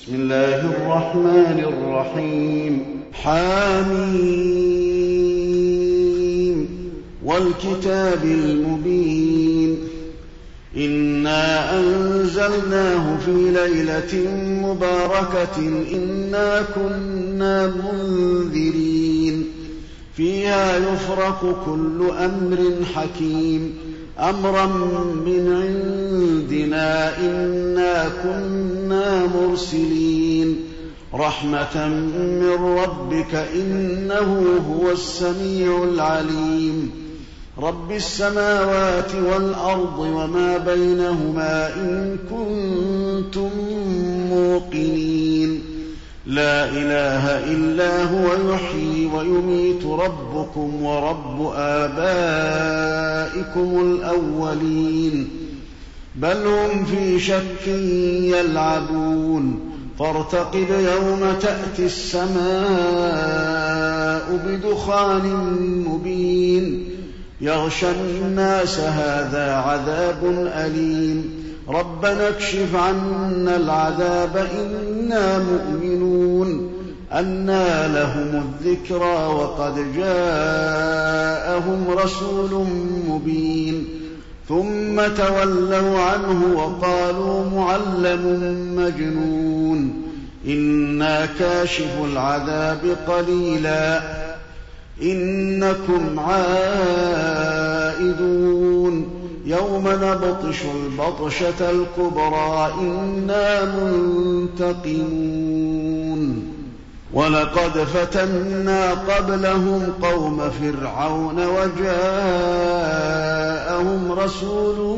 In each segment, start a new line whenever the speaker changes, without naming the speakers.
بسم الله الرحمن الرحيم. حميم والكتاب المبين. إنا أنزلناه في ليلة مباركة إنا كنا منذرين فيها يفرق كل أمر حكيم أمرا من عندنا إنا كنا مرسلين رحمة من ربك إنه هو السميع العليم رب السماوات والأرض وما بينهما إن كنتم موقنين لا إله إلا هو يحيي ويميت ربكم ورب آبائكم الأولين بل هم في شك يلعبون فارتقب يوم تأتي السماء بدخان مبين يغشى الناس هذا عذاب أليم ربنا اكشف عنا العذاب إنا مؤمنون أنى لهم الذكرى وقد جاءهم رسول مبين ثم تولوا عنه وقالوا معلم مجنون إنا كاشف العذاب قليلا إنكم عائدون يوم نبطش البطشة الكبرى إنا منتقمون ولقد فتنا قبلهم قوم فرعون وجاءهم رسول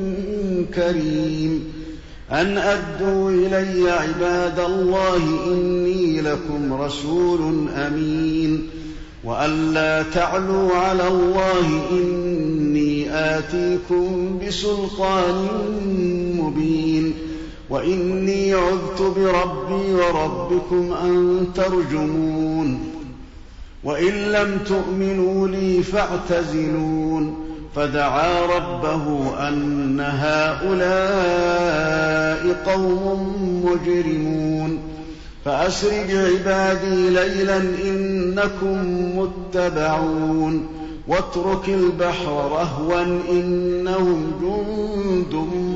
كريم أن أدوا إلي عباد الله إني لكم رسول أمين وأن لا تعلوا على الله إني آتيكم بسلطان مبين وإني عذت بربي وربكم أن ترجمون وإن لم تؤمنوا لي فاعتزلون فدعا ربه أن هؤلاء قوم مجرمون فأسر بعبادي ليلا إنكم متبعون واترك البحر رهوا إنهم جند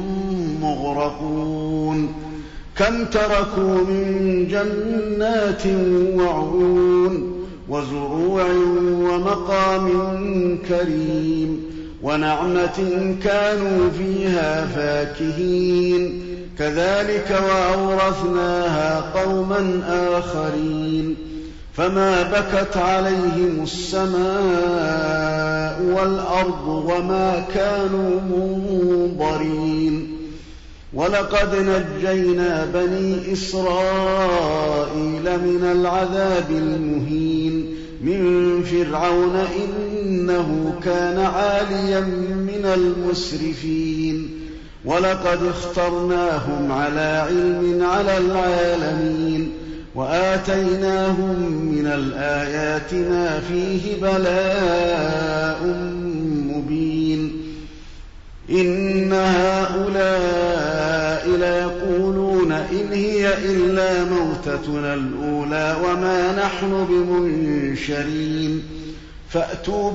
مغرقون كم تركوا من جنات وعيون وزروع ومقام كريم ونعمة كانوا فيها فاكهين كذلك وأورثناها قوما آخرين فما بكت عليهم السماء والأرض وما كانوا منظرين ولقد نجينا بني إسرائيل من العذاب المهين من فرعون إنه كان عاليا من المسرفين ولقد اخترناهم على علم على العالمين وآتيناهم من الآيات ما فيه بلاء مبين إن هؤلاء ليقولون إن هي إلا موتتنا الأولى وما نحن بمنشرين فأتوا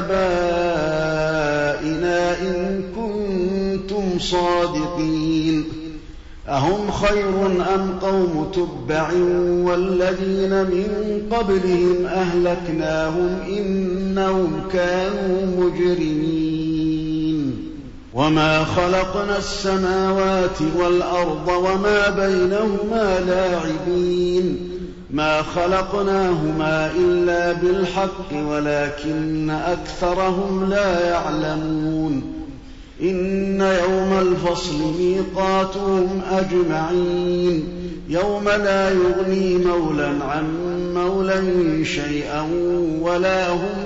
بآبائنا إن كنتم صادقين أهم خير أم قوم تبع والذين من قبلهم أهلكناهم إنهم كانوا مجرمين وما خلقنا السماوات والأرض وما بينهما لاعبين ما خلقناهما إلا بالحق ولكن أكثرهم لا يعلمون إن يوم الفصل ميقاتهم أجمعين يوم لا يغني مولى عن مولى شيئا ولا هم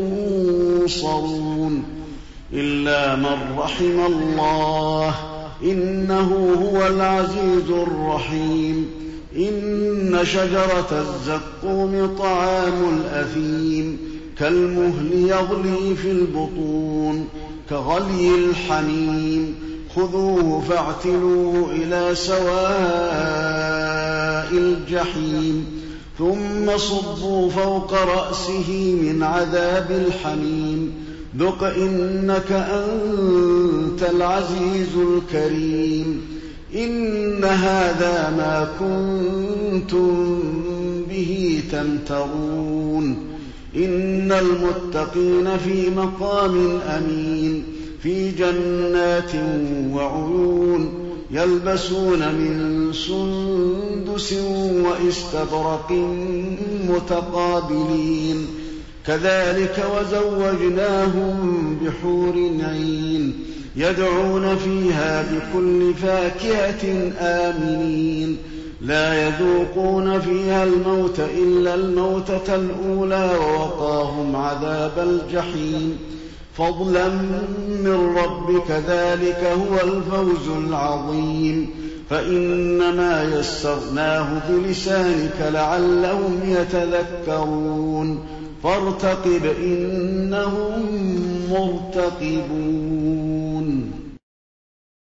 ينصرون إلا من رحم الله إنه هو العزيز الرحيم إن شجرة الزقوم طعام الأثيم كالمهل يغلي في البطون كغلي الحميم خذوه فاعتلوه إلى سواء الجحيم ثم صبوا فوق رأسه من عذاب الحميم ذق إنك أنت العزيز الكريم إن هذا ما كنتم به تمترون إن المتقين في مقام أمين في جنات وعيون يلبسون من سندس وإستبرق متقابلين كذلك وزوجناهم بحور عين يدعون فيها بكل فاكهة آمنين لا يذوقون فيها الموت إلا الموتة الأولى ووقاهم عذاب الجحيم فضلا من ربك ذلك هو الفوز العظيم فإنما يسرناه بلسانك لعلهم يتذكرون فارتقب إنهم مرتقبون